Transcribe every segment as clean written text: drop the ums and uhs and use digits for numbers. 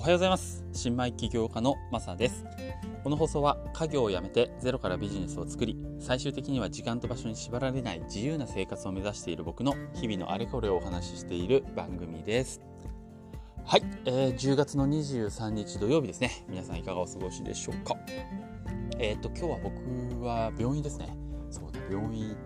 はようございます。新米起業家のマサです。この放送は家業を辞めてゼロからビジネスを作り、最終的には時間と場所に縛られない自由な生活を目指している僕の日々のあれこれをお話ししている番組です。はい、10月の23日土曜日ですね。皆さんいかがお過ごしでしょうか。今日は僕は病院ですね。そうだ、病院行って、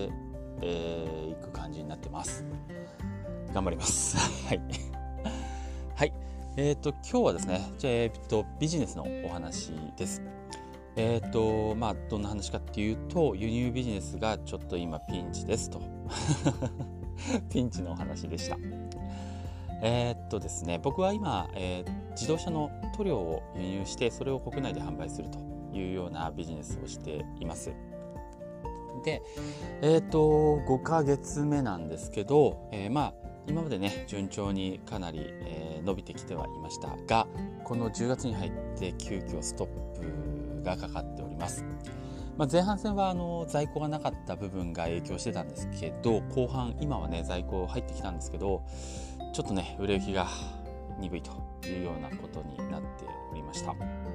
行く感じになってます。頑張りますはいはい、今日はですね、ビジネスのお話です。どんな話かっていうと、輸入ビジネスがちょっと今ピンチですとピンチのお話でした。ですね、僕は今、自動車の塗料を輸入してそれを国内で販売するというようなビジネスをしています。で、5ヶ月目なんですけど、今までね順調にかなり、伸びてきてはいましたが、この10月に入って急遽ストップがかかっております。前半戦は在庫がなかった部分が影響してたんですけど、後半今はね在庫入ってきたんですけど、ちょっとね売れ行きが鈍いというようなことになっておりました。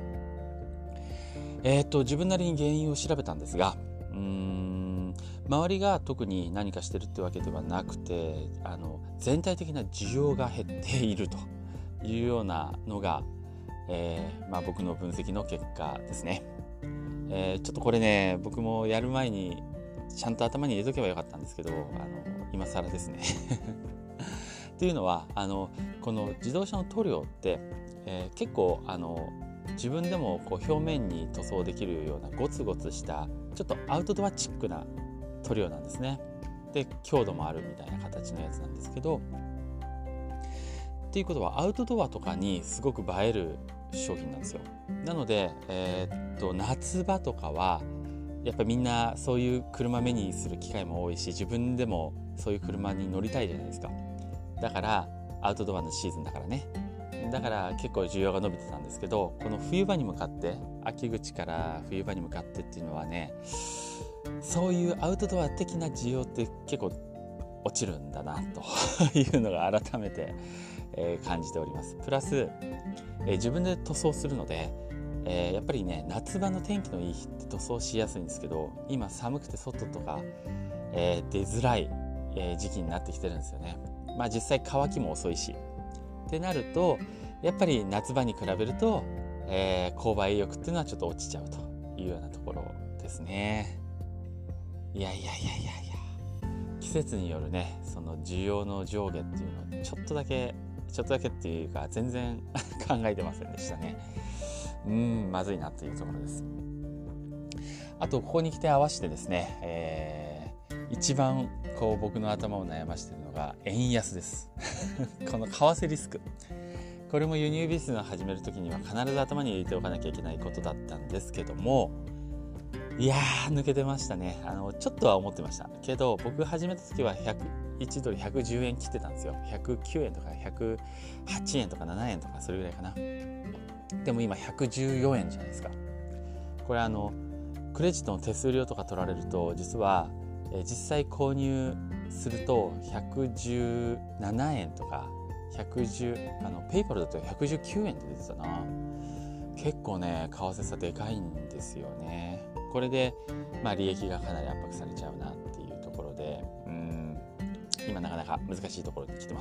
自分なりに原因を調べたんですが、周りが特に何かしてるってわけではなくて、全体的な需要が減っているというようなのが、僕の分析の結果ですね。ちょっとこれね、僕もやる前にちゃんと頭に入れとけばよかったんですけど、今更ですねっていうのはこの自動車の塗料って、結構自分でもこう表面に塗装できるようなゴツゴツしたちょっとアウトドアチックな塗料なんですね。で、強度もあるみたいな形のやつなんですけど、っていうことはアウトドアとかにすごく映える商品なんですよ。なので、夏場とかはやっぱりみんなそういう車目にする機会も多いし、自分でもそういう車に乗りたいじゃないですか。だからアウトドアのシーズンだからね。だから結構需要が伸びてたんですけど、この冬場に向かって、秋口から冬場に向かってっていうのはね、そういうアウトドア的な需要って結構落ちるんだなというのが改めて、感じております。プラス、自分で塗装するので、やっぱりね夏場の天気のいい日って塗装しやすいんですけど、今寒くて外とか、出づらい、時期になってきてるんですよね。実際乾きも遅いしってなると、やっぱり夏場に比べると、購買意欲っていうのはちょっと落ちちゃうというようなところですね。いや季節によるねその需要の上下っていうのをちょっとだけっていうか全然考えてませんでしたね。まずいなっていうところです。あとここに来て合わせてですね、一番こう僕の頭を悩ましているのが円安ですこの為替リスク、これも輸入ビジネスを始めるときには必ず頭に入れておかなきゃいけないことだったんですけども、いやー抜けてましたね。ちょっとは思ってましたけど、僕が始めた時は1ドル110円切ってたんですよ。109円とか108円とか7円とかそれぐらいかな。でも今114円じゃないですか。これクレジットの手数料とか取られると、実は、実際購入すると117円とかペイパルだと119円で出てたな。結構ね為替差でかいんですよね。これで利益がかなり圧迫されちゃうなっていうところで、今なかなか難しいところに来てます。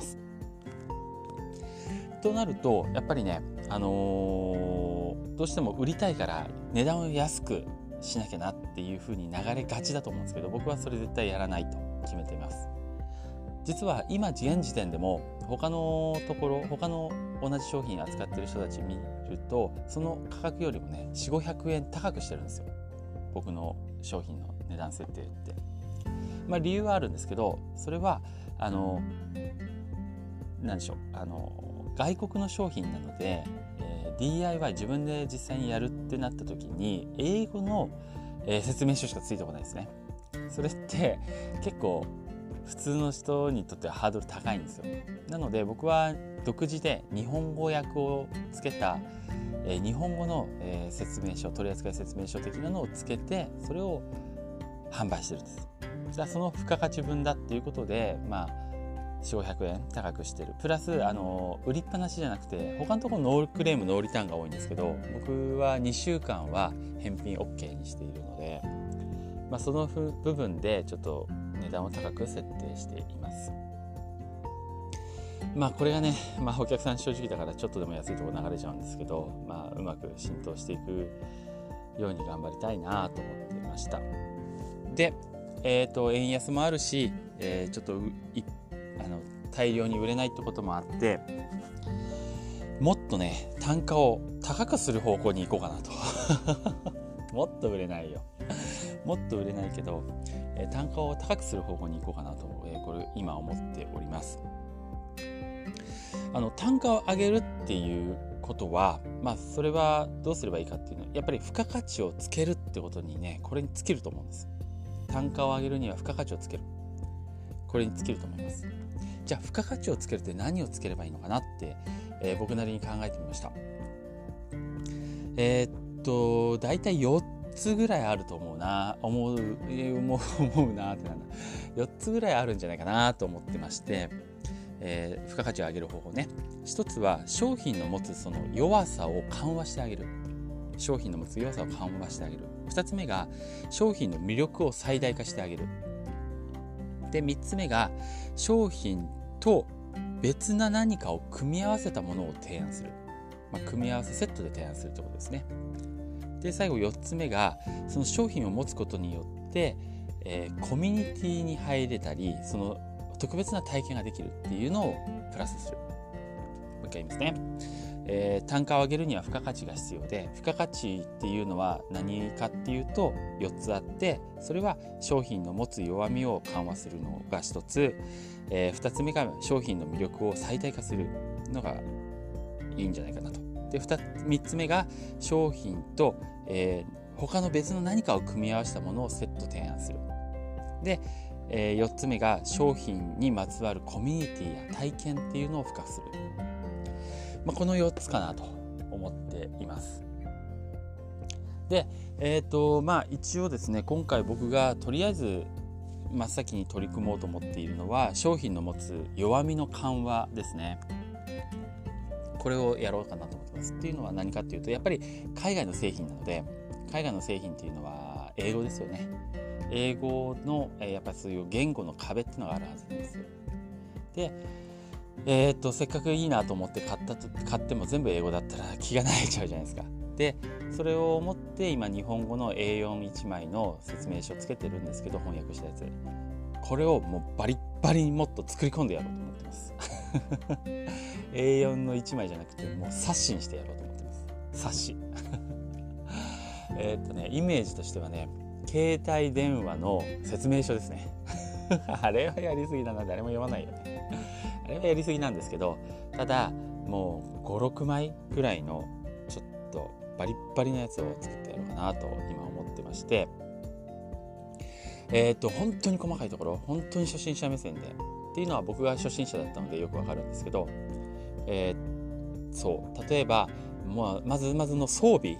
となるとやっぱりね、どうしても売りたいから値段を安くしなきゃなっていう風に流れがちだと思うんですけど、僕はそれ絶対やらないと決めています。実は今現時点でも他の同じ商品扱ってる人たち見ると、その価格よりもね 400-500 円高くしてるんですよ、僕の商品の値段設定って。理由はあるんですけど、それは何でしょう、外国の商品なので、DIY 自分で実際にやるってなった時に英語の、説明書しかついてこないですね。それって結構普通の人にとってはハードル高いんですよ。なので僕は独自で日本語訳をつけた、日本語の、説明書、取扱説明書的なのをつけて、それを販売してるんです。じゃあその付加価値分だっていうことで、 400円高くしてる。プラス売りっぱなしじゃなくて、他のところノークレームノーリターンが多いんですけど、僕は2週間は返品 OK にしているので、その部分でちょっと値段を高く設定しています。これがね、お客さん正直だからちょっとでも安いところ流れちゃうんですけど、うまく浸透していくように頑張りたいなと思っていました。で、円安もあるし、ちょっと大量に売れないってこともあって、もっとね単価を高くする方向に行こうかなともっと売れないよもっと売れないけど、単価を高くする方向に行こうかなと、これ今思っております。単価を上げるっていうことは、それはどうすればいいかっていうのは、やっぱり付加価値をつけるってことにね、これに尽きると思うんです。単価を上げるには付加価値をつける、これに尽きると思います。じゃあ付加価値をつけるって何をつければいいのかなって、僕なりに考えてみました。だいたい4つぐらいあると思うなってなんだ4つぐらいあるんじゃないかなと思ってまして、付加価値を上げる方法ね。一つは商品の持つその弱さを緩和してあげる。商品の持つ弱さを緩和してあげる。二つ目が商品の魅力を最大化してあげる。で、三つ目が商品と別な何かを組み合わせたものを提案する。組み合わせセットで提案するということですね。で、最後4つ目がその商品を持つことによって、コミュニティに入れたり、その特別な体験ができるっていうのをプラスする。もう一回言いますね。単価を上げるには付加価値が必要で、付加価値っていうのは何かっていうと4つあって、それは商品の持つ弱みを緩和するのが1つ、2つ目が商品の魅力を最大化するのがいいんじゃないかなと。で、3つ目が商品と、他の別の何かを組み合わせたものをセット提案する。で、4つ目が商品にまつわるコミュニティや体験っていうのを付加する。この4つかなと思っています。で、一応ですね、今回僕がとりあえず真っ先に取り組もうと思っているのは商品の持つ弱みの緩和ですね。これをやろうかなと思ってます。っていうのは何かっていうと、やっぱり海外の製品なので、海外の製品っていうのは英語ですよね。英語のやっぱりそういう言語の壁っていうのがあるはずなんですよ。で、せっかくいいなと思って買っても全部英語だったら気が慣れちゃうじゃないですか。で、それを思って今日本語の A41 枚の説明書をつけてるんですけど、翻訳したやつ、これをもうバリッバリにもっと作り込んでやろうと思ってます。A4 の1枚じゃなくて、もう冊子にしてやろうと思ってます。冊子イメージとしてはね、携帯電話の説明書ですね。あれはやりすぎだな、誰も読まないよね。あれはやりすぎなんですけど、ただもう 5,6 枚くらいのちょっとバリッバリのやつを作ってやろうかなと今思ってまして、本当に細かいところ、本当に初心者目線でっていうのは僕が初心者だったのでよくわかるんですけど、そう例えばまずの装備、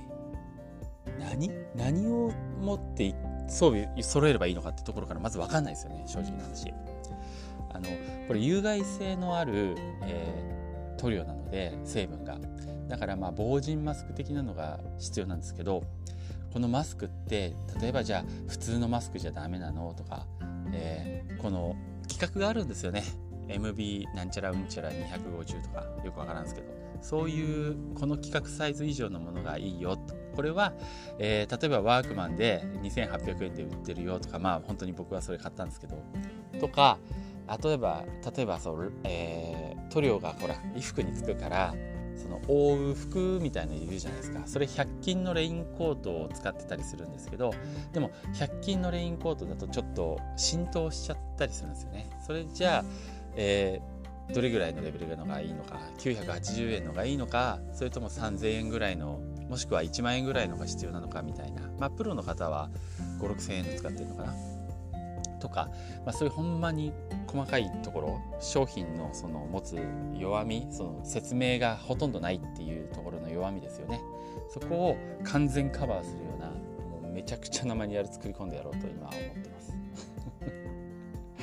何を持って装備揃えればいいのかってところからまず分かんないですよね、正直な話。これ有害性のある、塗料なので、成分がだから防塵マスク的なのが必要なんですけど、このマスクって例えばじゃあ普通のマスクじゃダメなのとか、この規格があるんですよね。 MB なんちゃらうんちゃら250とかよくわからんですけど、そういうこの規格サイズ以上のものがいいよと。これは、例えばワークマンで2800円で売ってるよとか、本当に僕はそれ買ったんですけどとか、例えば塗料がほら衣服につくからその覆う服みたいなのいるじゃないですか。それ100均のレインコートを使ってたりするんですけど、でも100均のレインコートだとちょっと浸透しちゃったりするんですよね。それじゃあ、どれぐらいのレベルのがいいのか、980円のがいいのか、それとも3000円ぐらいの、もしくは1万円ぐらいのが必要なのかみたいな、プロの方は 5,6,000 円の使ってるのかなとか、そういうほんまに細かいところ、商品のその持つ弱み、その説明がほとんどないっていうところの弱みですよね。そこを完全カバーするような、もうめちゃくちゃなマニュアル作り込んでやろうと今は思ってます。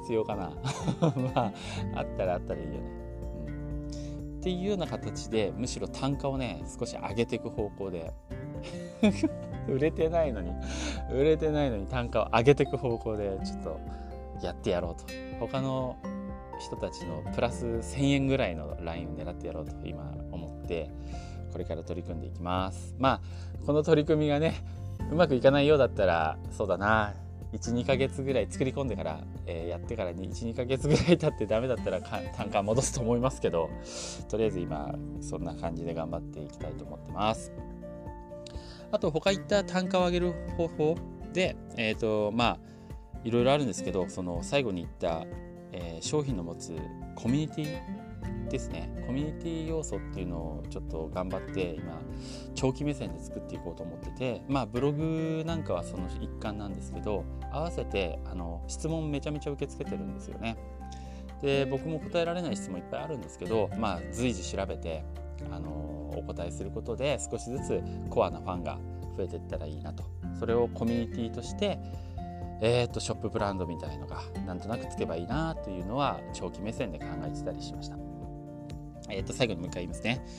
必要かなまああったらいいよね、っていうような形でむしろ単価をね少し上げていく方向で売れてないのに単価を上げていく方向でちょっとやってやろうと、他の人たちのプラス1000円ぐらいのラインを狙ってやろうと今思ってこれから取り組んでいきます。まあこの取り組みがねうまくいかないようだったらそうだな 1,2 ヶ月ぐらい作り込んでから、やってからに 1,2 ヶ月ぐらい経ってダメだったら単価戻すと思いますけど、とりあえず今そんな感じで頑張っていきたいと思ってます。あと他言った単価を上げる方法でまあいろいろあるんですけど、その最後に言った、商品の持つコミュニティですね。コミュニティ要素っていうのをちょっと頑張って今長期目線で作っていこうと思ってて、まあブログなんかはその一環なんですけど、合わせて質問めちゃめちゃ受け付けてるんですよね。で僕も答えられない質問いっぱいあるんですけど、まあ随時調べてお答えすることで少しずつコアなファンが増えていったらいいなと。それをコミュニティとしてショップブランドみたいのがなんとなくつけばいいなというのは長期目線で考えてたりしました。最後にもう一回言いますね。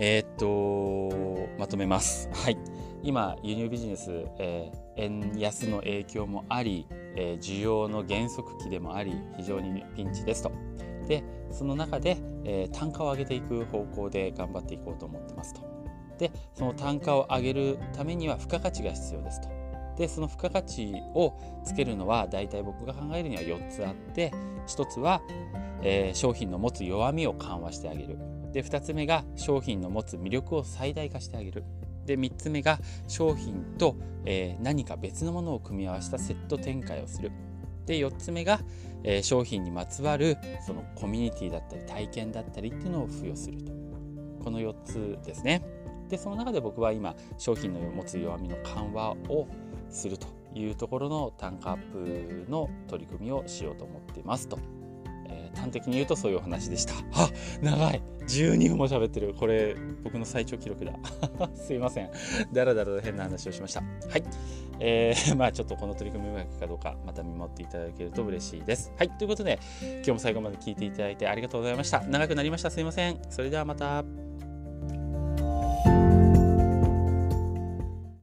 まとめます。はい。今輸入ビジネス、円安の影響もあり、需要の減速期でもあり非常にピンチですと。でその中で、単価を上げていく方向で頑張っていこうと思ってますと。でその単価を上げるためには付加価値が必要ですと。でその付加価値をつけるのはだいたい僕が考えるには4つあって、1つは、商品の持つ弱みを緩和してあげる。で2つ目が商品の持つ魅力を最大化してあげる。で3つ目が商品と、何か別のものを組み合わせたセット展開をする。で4つ目が、商品にまつわるそのコミュニティだったり体験だったりっていうのを付与すると。この4つですね。でその中で僕は今商品の持つ弱みの緩和をするというところの単価アップの取り組みをしようと思っていますと、端的に言うとそういうお話でした。長い12分も喋ってる。これ僕の最長記録だすいません、だらだら変な話をしました。はい、まあちょっとこの取り組みうまくいくかどうかまた見守っていただけると嬉しいです。はい、ということで今日も最後まで聞いていただいてありがとうございました。長くなりました、すいません。それではまた。